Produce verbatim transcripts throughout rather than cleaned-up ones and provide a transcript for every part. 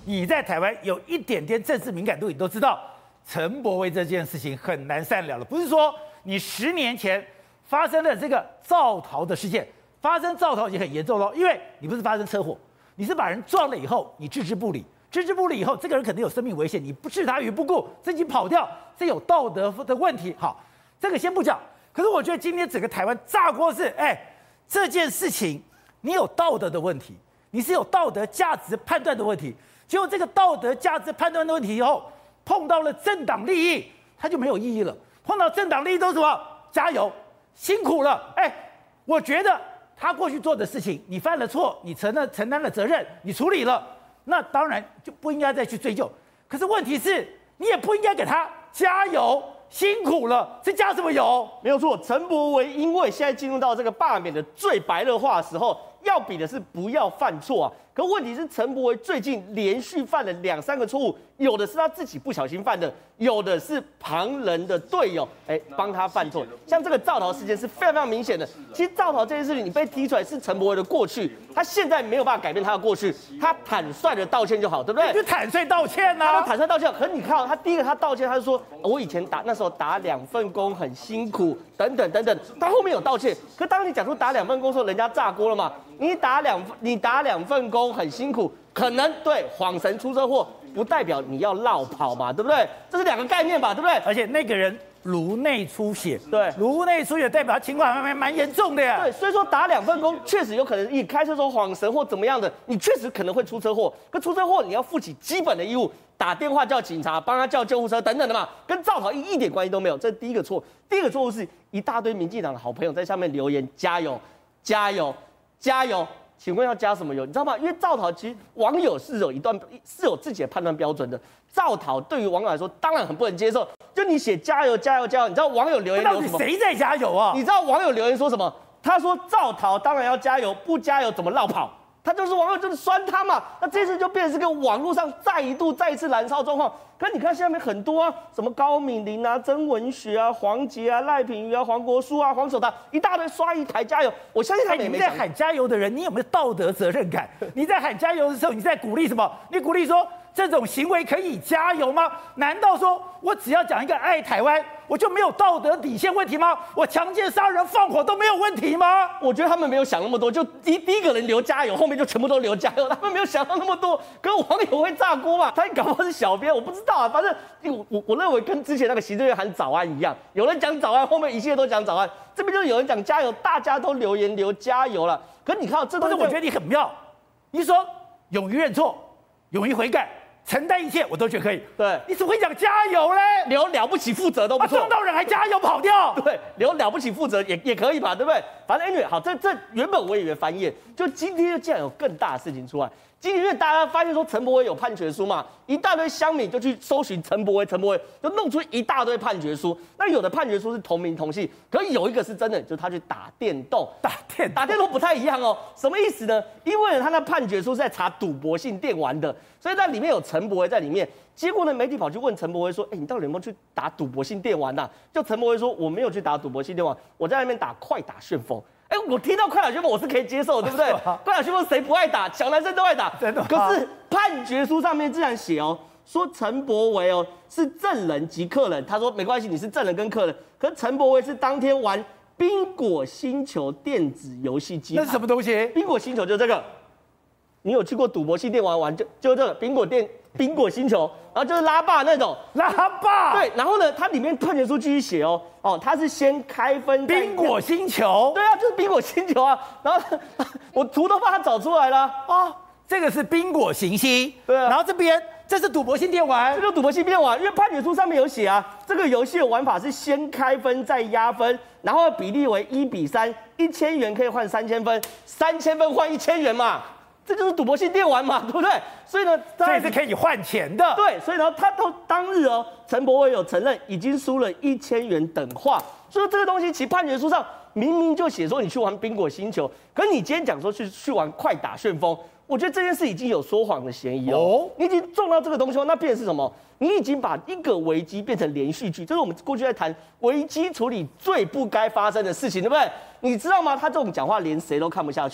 你在台湾有一点点政治敏感度，你都知道陈柏惟这件事情很难善了了。不是说你十年前发生了这个造逃的事件，发生造逃已经很严重了，因为你不是发生车祸，你是把人撞了以后，你置之不理，置之不理以后，这个人可能有生命危险，你不置他于不顾，自己跑掉，这有道德的问题。好，这个先不讲。可是我觉得今天整个台湾炸锅是，哎，这件事情你有道德的问题，你是有道德价值判断的问题。结果这个道德价值判断的问题以后，碰到了政党利益，它就没有意义了。碰到政党利益都是什么？加油，辛苦了。哎，我觉得他过去做的事情，你犯了错，你承认承担了责任，你处理了，那当然就不应该再去追究。可是问题是，你也不应该给他加油。辛苦了，这加什么油？ 没有错，陈柏惟因为现在进入到这个罢免的最白热化的时候，要比的是不要犯错啊。可问题是，陈柏惟最近连续犯了两三个错误，有的是他自己不小心犯的，有的是旁人的队友哎帮他犯错。像这个造逃事件是非常非常明显的。其实造逃这件事情，你被提出来是陈柏惟的过去，他现在没有办法改变他的过去，他坦率的道歉就好，对不对？ 就坦率道歉啊！ 他坦率道歉，可是你看到他第一个他道歉，他就说我以前打那时候打两份工很辛苦，等等等等。他后面有道歉，可当你讲出打两份工的时候，人家炸锅了嘛？你打两你打两份工很辛苦，可能对恍神出车祸，不代表你要落跑嘛，对不对？这是两个概念吧，对不对？ 而且那个人颅内出血， 对， 颅内出血代表他情况还蛮蛮严重的呀。 对，所以说打两份工确实有可能，你开车时候晃神或怎么样的，你确实可能会出车祸。可出车祸你要负起基本的义务，打电话叫警察，帮他叫救护车等等的嘛，跟造逃一点关系都没有。这是第一个错。第二个错误是一大堆民进党的好朋友在下面留言加油、加油、加油。请问要加什么油？你知道吗？因为造逃其实网友是有一段是有自己的判断标准的。造逃对于网友来说，当然很不能接受。就你写加油加油加油，你知道网友留言留什么？ 谁在加油啊？ 你知道网友留言说什么？他说造逃当然要加油，不加油怎么绕跑？他就是网友就是酸他嘛。那这次就变成是个网络上再一度再一次燃烧状况。可你看下面很多啊，什么高敏玲啊、曾文学啊、黄捷啊、赖品妤啊、黄国书啊、黄守达，一大堆刷一台加油。我相信他们也没想。 你在喊加油的人，你有没有道德责任感？你在喊加油的时候，你在鼓励什么？你鼓励说这种行为可以加油吗？难道说我只要讲一个爱台湾，我就没有道德底线问题吗？我强奸、杀人、放火都没有问题吗？ 我觉得他们没有想那么多，就第第一个人留加油，后面就全部都留加油，他们没有想到那么多。跟网友会炸锅嘛？他搞不好是小编，我不知道啊。反正我我我认为跟之前那个行政院喊早安一样，有人讲早安，后面一切都讲早安。这边就有人讲加油，大家都留言留加油了。可你看到这都是我觉得你很妙，你说勇于认错，勇于悔改。承担一切，我都觉得可以。 对， 你怎么会讲加油嘞？ 留了不起负责都不错。 撞到人还加油跑掉？ 对，留了不起负责也也可以吧，对不对？反正 anyway 好，这这原本我以为翻页，就今天就竟然有更大的事情出来。今天因为大家发现说陈柏惟有判决书嘛，一大堆乡民就去搜寻陈柏惟，陈柏惟就弄出一大堆判决书。那有的判决书是同名同姓，可是有一个是真的，就是他去打电动， 打电打电动不太一样哦。什么意思呢？因为他那判决书是在查赌博性电玩的，所以在里面有陈柏惟在里面。结果呢，媒体跑去问陈柏惟说：“哎、欸，你到底有没有去打赌博性电玩呐、啊？”就陈柏惟说：“我没有去打赌博性电玩，我在那边打快打旋风。”哎，我听到快打旋风我是可以接受，对不对？快打旋风谁不爱打？小男生都爱打。 真的。 可是判决书上面竟然写哦，说陈柏惟哦是证人及客人。他说没关系，你是证人跟客人。可是陈柏惟是当天玩宾果星球电子游戏机。 那是什么东西？ 宾果星球就这个。你有去过赌博性电玩玩就就这个宾果电宾果星球，然后就是拉霸那种拉霸。 对，然后呢，它里面判决书继续写哦哦，它是先开分宾果星球。 对啊，就是宾果星球啊。然后我图都把它找出来了啊、哦， 这个是宾果行星。 对啊， 然后这边这是赌博性电玩， 这个赌博性电玩，因为判决书上面有写啊，这个游戏的玩法是先开分再压分，然后比例为一比三，一千元可以换三千分，三千分换一千元嘛。这就是赌博性电玩嘛，对不对？所以呢， 这也是可以换钱的。 对，所以呢，他到当日哦，陈柏惟有承认已经输了一千元等话。所以这个东西，其实判决书上明明就写说你去玩宾果星球，可是你今天讲说去去玩快打旋风，我觉得这件事已经有说谎的嫌疑了。哦，你已经撞到这个东西，那变成是什么？你已经把一个危机变成连续剧，这是我们过去在谈危机处理最不该发生的事情，对不对？你知道吗？他这种讲话连谁都看不下去了。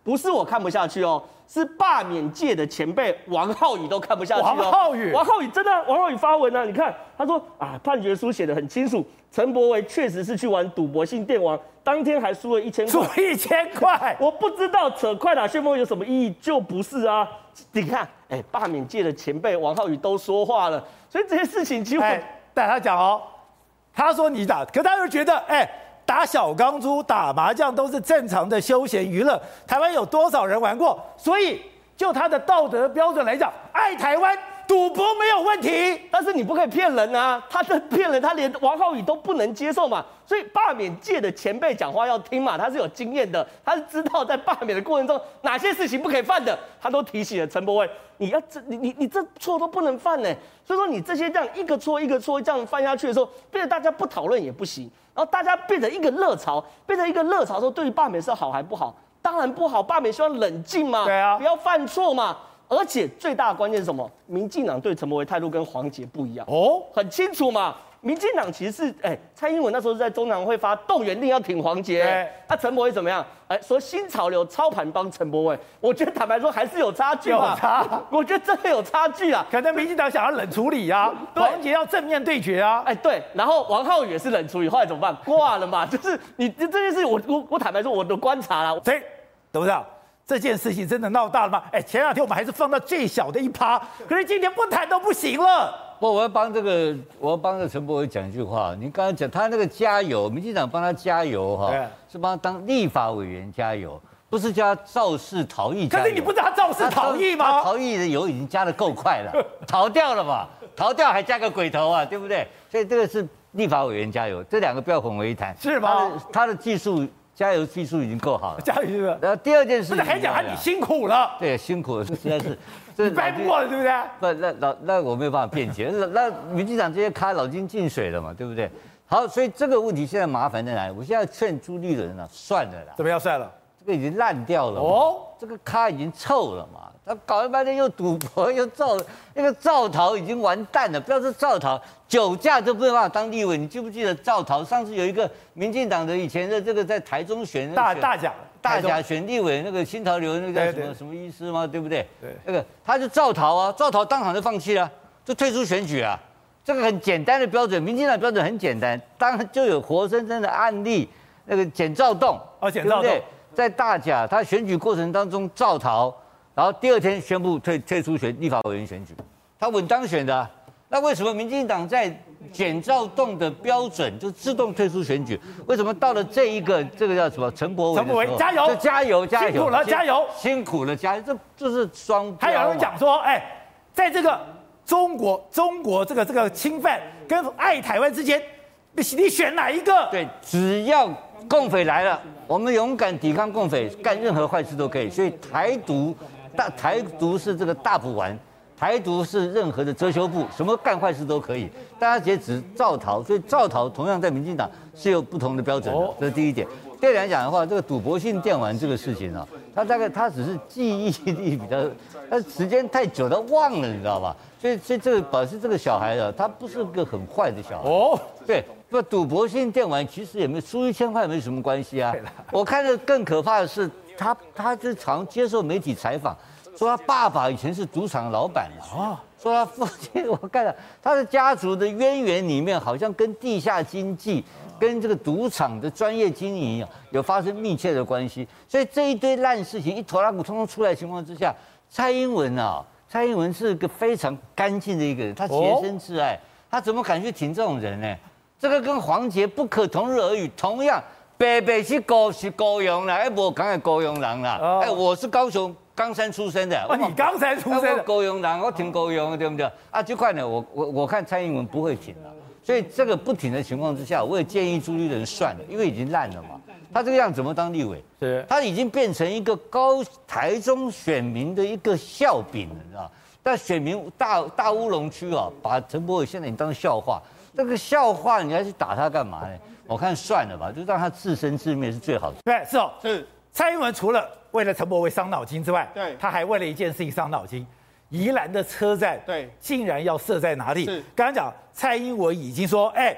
不是我看不下去哦，是罢免界的前辈王浩宇都看不下去哦。 王浩宇， 王浩宇真的、啊，王浩宇发文啊，你看他说啊，判决书写得很清楚，陈柏惟确实是去玩赌博性电玩，当天还输了一千块， 输一千块， 我不知道扯快打旋风有什么意义，就不是啊。你看，哎、欸，罢免界的前辈王浩宇都说话了，所以这些事情其实我， 哎，但他讲哦，他说你打，可他又觉得，哎、欸，打小钢珠、打麻将都是正常的休闲娱乐，台湾有多少人玩过？所以就他的道德标准来讲，爱台湾。赌博没有问题， 但是你不可以骗人啊！他的骗人，他连王浩宇都不能接受嘛。所以罢免界的前辈讲话要听嘛，他是有经验的，他是知道在罢免的过程中哪些事情不可以犯的，他都提醒了陈柏惟，你要这你你你这错都不能犯呢。所以说你这些这样一个错一个错这样犯下去的时候，变得大家不讨论也不行，然后大家变成一个热潮，变成一个热潮说对于罢免是好还不好？当然不好，罢免希望冷静嘛， 对啊， 不要犯错嘛。而且最大的关键是什么？民进党对陈柏惟态度跟黄捷不一样哦，很清楚嘛。民进党其实是，哎、欸，蔡英文那时候是在中常会发动员令要挺黄捷，那、啊、陈柏惟怎么样？哎、欸，说新潮流操盘帮陈柏惟，我觉得坦白说还是有差距嘛， 有差， 我觉得真的有差距啊。 可能民进党想要冷处理啊，黄捷要正面对决啊， 哎、欸，对，然后王浩宇也是冷处理，后来怎么办？挂了嘛，就是你这件事，我我我坦白说，我的观察啦， 所以董事长。这件事情真的闹大了吗？哎，前两天我们还是放到最小的一趴，可是今天不谈都不行了。 不，我要帮这个，我要帮这陈柏惟讲一句话。您刚才讲他那个加油，民进党帮他加油哈，是帮他当立法委员加油，不是叫他肇事逃逸加油。 可是你不知道他肇事逃逸吗？ 他逃逸的油已经加得够快了，逃掉了嘛，逃掉还加个鬼头啊，对不对？所以这个是立法委员加油，这两个不要混为一谈。 是吗？ 他的他的技术。加油技术已经够好了， 加油是不是？ 然后第二件事， 不是还讲他你辛苦了？ 对，辛苦了，实在是， 这掰不过了，对不对？ 不，那老那我没有办法辩解，那那民进党这些咖脑筋进水了嘛，对不对？好，所以这个问题现在麻烦在哪里？我现在劝朱立伦啊，算了啦， 怎么样算了？ 这个已经烂掉了哦，这个咖已经臭了嘛。他搞了半天又赌博又造，那个赵桃已经完蛋了。不要说赵桃，酒驾都没有办法当立委。你记不记得赵桃上次有一个民进党的以前的这个在台中选大大甲大甲选立委那个新潮流那个叫什么什么医师吗？对不对？对，那个他就赵桃啊，赵桃当场就放弃了，就退出选举啊。这个很简单的标准，民进党标准很简单，当然就有活生生的案例，那个简兆栋， 哦，简兆栋在大甲他选举过程当中赵桃。然后第二天宣布退退出选立法委员选举，他稳当选的、啊。那为什么民进党在简兆栋的标准就自动退出选举？为什么到了这一个这个叫什么陈柏惟？ 陈柏惟加油， 加油，加油！ 辛苦了，加油！ 辛苦了，加油！这这是双标。 还有人讲说，哎，在这个中国中国这个这个侵犯跟爱台湾之间，你你选哪一个？ 对，只要共匪来了，我们勇敢抵抗共匪，干任何坏事都可以。所以台独。大台独是这个大补丸，台独是任何的遮羞布，什么干坏事都可以。大家也只赵桃，所以赵桃同样在民进党是有不同的标准的，这是第一点。第二点来讲的话，这个赌博性电玩这个事情啊，他大概他只是记忆力比较，他时间太久他忘了，你知道吧？所以所以这个表示这个小孩啊，他不是个很坏的小孩。哦，对，不赌博性电玩其实也没输一千块没什么关系啊。我看的更可怕的是。他他就常接受媒体采访，说他爸爸以前是赌场老板啊，说他父亲，我看了他的家族的渊源里面，好像跟地下经济、跟这个赌场的专业经营有发生密切的关系。所以这一堆烂事情一拖拉股通通出来的情况之下，蔡英文啊，蔡英文是个非常干净的一个人，他洁身自爱，他怎么敢去挺这种人呢？这个跟黄捷不可同日而语，同样。北北是高是高雄啦，哎，我刚才高雄人啦，哎，我是高雄冈山出生的。 哦，你冈山出生的， 高雄人，我挺高雄，对不对？啊，这块呢，我我我看蔡英文不会挺了，所以这个不挺的情况之下，我也建议朱立伦算了，因为已经烂了嘛。他这个样子怎么当立委？是，他已经变成一个高台中选民的一个笑柄了，你知道？但选民大大乌龙区啊，把陈柏惟现在你当笑话，这个笑话你还去打他干嘛呢？我看算了吧，就让他自生自灭是最好的。 对，是哦， 是蔡英文除了为了陈柏惟伤脑筋之外， 对， 他还为了一件事情伤脑筋，宜兰的车站， 对， 竟然要设在哪里？ 是， 刚刚讲蔡英文已经说，哎，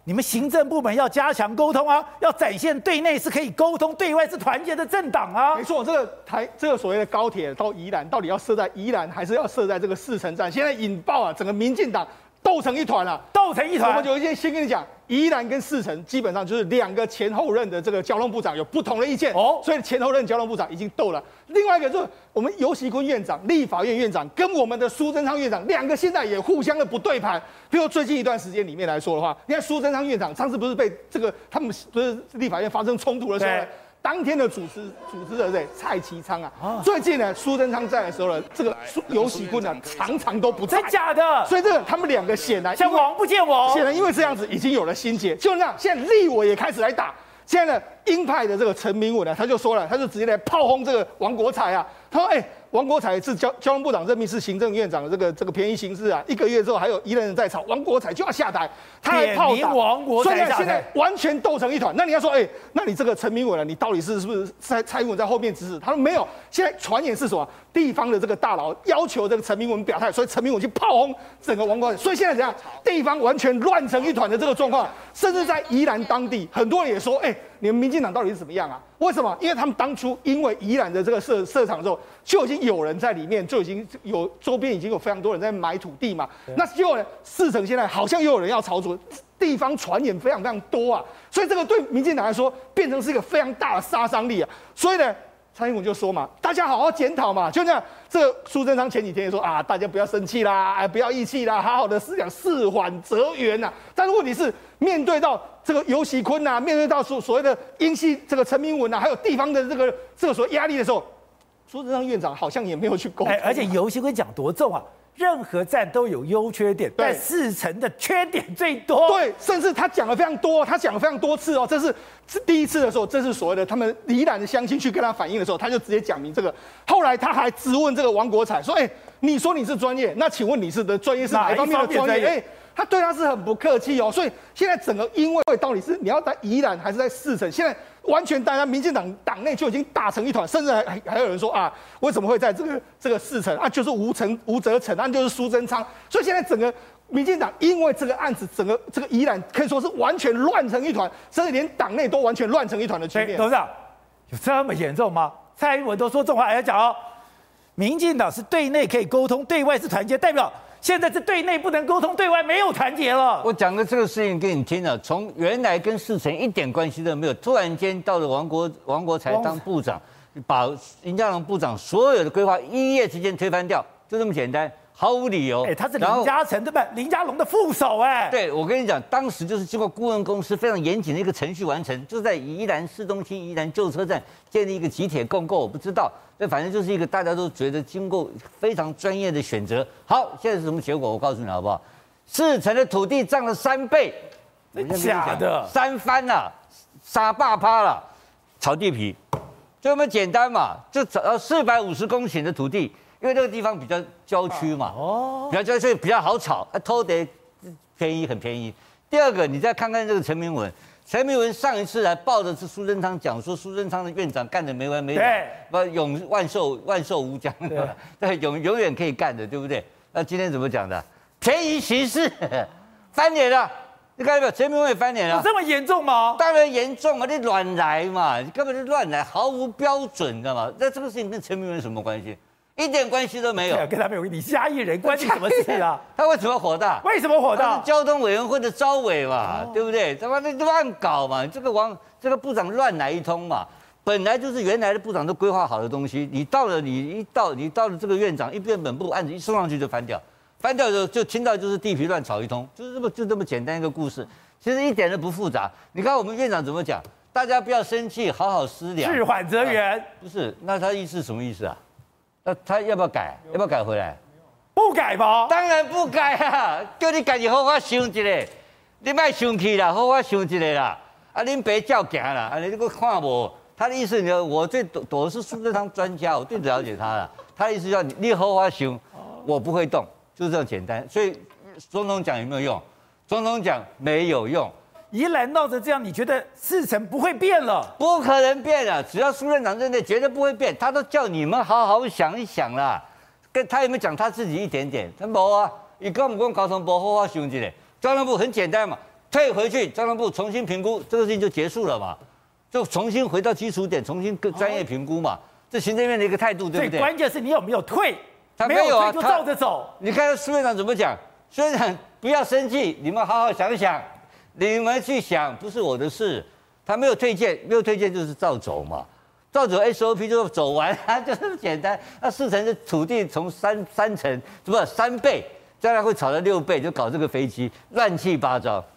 你们行政部门要加强沟通啊，要展现对内是可以沟通，对外是团结的政党啊。 没错，这个台这个所谓的高铁到宜兰，到底要设在宜兰，还是要设在这个四城站？现在引爆啊，整个民进党斗成一团了、啊， 斗成一团。 我们就先先跟你讲，宜兰跟四城基本上就是两个前后任的这个交通部长有不同的意见哦，所以前后任交通部长已经斗了。另外一个就是我们游锡堃院长、立法院院长跟我们的苏贞昌院长两个现在也互相的不对盘。比如最近一段时间里面来说的话，你看苏贞昌院长上次不是被这个他们不是立法院发生冲突的时候呢？当天的主持主持人对蔡其昌啊，啊最近呢苏贞昌在的时候呢，这个游锡堃呢常常都不在， 真假的？ 所以这个他们两个显然像王不见王， 显然因为这样子已经有了心结，就那样，现在立委也开始来打。现在呢，鹰派的这个陈明文呢，他就说了，他就直接来炮轰这个王国材啊，他说：“哎、欸，王国材是交交通部长任命，是行政院长的这个这个便宜行事啊，一个月之后还有一人在吵，王国材就要下台，他来炮打王国材下台， 现在完全斗成一团。那你要说，哎、欸，那你这个陈明文啊，你到底是是不是蔡蔡英文在后面指使？他说没有，现在传言是什么？地方的这个大佬要求这个陈明文表态，所以陈明文去炮轰整个王国材，所以现在怎样？地方完全乱成一团的这个状况，甚至在宜兰当地，很多人也说，哎、欸。”你们民进党到底是怎么样啊？为什么？因为他们当初因为宜兰的这个设设厂之后，就已经有人在里面，就已经有周边已经有非常多人在买土地嘛。那结果呢，四城现在好像又有人要炒作，地方传言非常非常多啊，所以这个对民进党来说变成是一个非常大的杀伤力啊。所以呢，蔡英文就说嘛，大家好好检讨嘛，就这样。这个苏贞昌前几天也说啊，大家不要生气啦，哎，不要义气啦，好好的思想，事缓则圆呐。但是问题是，面对到这个游锡堃呐，面对到所所谓的英系这个陈明文呐，还有地方的这个这个所谓压力的时候，苏贞昌院长好像也没有去沟通、啊。 而且游锡堃讲多重啊？任何站都有优缺点，但四城的缺点最多。 对，甚至他讲了非常多，他讲了非常多次哦。这是第一次的时候，这是所谓的他们宜兰的乡亲去跟他反映的时候，他就直接讲明这个。后来他还质问这个王国材说：“哎、欸，你说你是专业，那请问你是的专业是哪一方面的专业？”哎、欸，他对他是很不客气哦。所以现在整个因为到底是你要在宜兰还是在四城，现在完全大家民进党党内就已经打成一团，甚至还还还有人说啊，为什么会在这个这个四城啊？就是吴成吴泽成案，就是苏贞昌，所以现在整个民进党因为这个案子，整个这个宜兰可以说是完全乱成一团，甚至连党内都完全乱成一团的局面。 董事长有这么严重吗？蔡英文都说这种话，还要讲哦，民进党是对内可以沟通，对外是团结，代表现在是对内不能沟通，对外没有团结了。 我讲的这个事情给你听了，从原来跟四城一点关系都没有，突然间到了王国王国材当部长，把林佳龙部长所有的规划一夜之间推翻掉，就这么简单，毫无理由。 哎、欸，他是林佳诚对不对？林佳龙的副手哎、欸。 对，我跟你讲，当时就是经过顾问公司非常严谨的一个程序完成，就是在宜兰市中心宜兰旧车站建立一个集铁共构，我不知道。这反正就是一个大家都觉得经过非常专业的选择。好，现在是什么结果？我告诉你好不好？四城的土地涨了三倍， 假的， 三番了，杀霸趴了，炒地皮，就这么简单嘛？就找到四百五十公顷的土地，因为这个地方比较郊区嘛，哦，比较郊区比较好炒，啊，偷得便宜很便宜。第二个，你再看看这个陈明文。陈明文上一次还抱着是苏贞昌讲说，苏贞昌的院长干得没完没了，不永万寿万寿无疆，对，对永永远可以干的，对不对？那今天怎么讲的？便宜行事，翻脸了，你看到没有？陈明文也翻脸了， 有这么严重吗？ 当然严重啊，你乱来嘛，你根本就乱来，毫无标准，你知道吗？那这个事情跟陈明文什么关系？一点关系都没有， 跟他没有，你嘉义人关你什么事啊？ 他为什么火大？ 为什么火大？ 他是交通委员会的召委嘛，哦、对不对？他妈的乱搞嘛，这个王这个部长乱来一通嘛，本来就是原来的部长都规划好的东西，你到了你一到你到了这个院长一变本部案子一送上去就翻掉，翻掉就就听到就是地皮乱炒一通，就是这么就这么简单一个故事，其实一点都不复杂。你看我们院长怎么讲？大家不要生气，好好思量， 事缓则圆、 啊。不是，那他意思什么意思啊？那他要不要改？要不要改回来？ 不改吧？ 当然不改啊！叫你家己好好想一下，你别生气啦，好好想一下啦。啊，恁爸照行啦，啊，你这个看我，他的意思呢，我最我是苏贞昌专家，我最了解他了。他的意思叫你，你好好想，我不会动，就是这样简单。所以总统讲有没有用？总统讲没有用。 宜兰闹成这样，你觉得四城不会变了？ 不可能变了，只要苏院长认定，绝对不会变。他都叫你们好好想一想啦。跟他有没有讲他自己一点点？他没啊，伊跟我们讲交通部好好想一下，交通部很简单嘛， 退回去，交通部重新评估，这个事情就结束了嘛，就重新回到基础点，重新专业评估嘛，这行政院的一个态度，对不对？ 最关键是你有没有退， 他没有啊， 退就照着走。 你看苏院长怎么讲？苏院长不要生气，你们好好想想，你们去想，不是我的事。他没有推荐，没有推荐就是照走嘛，照走 S O P 就走完啊，就这么简单。那四成的土地从三三成，不三倍，将来会炒到六倍，就搞这个飞机，乱七八糟。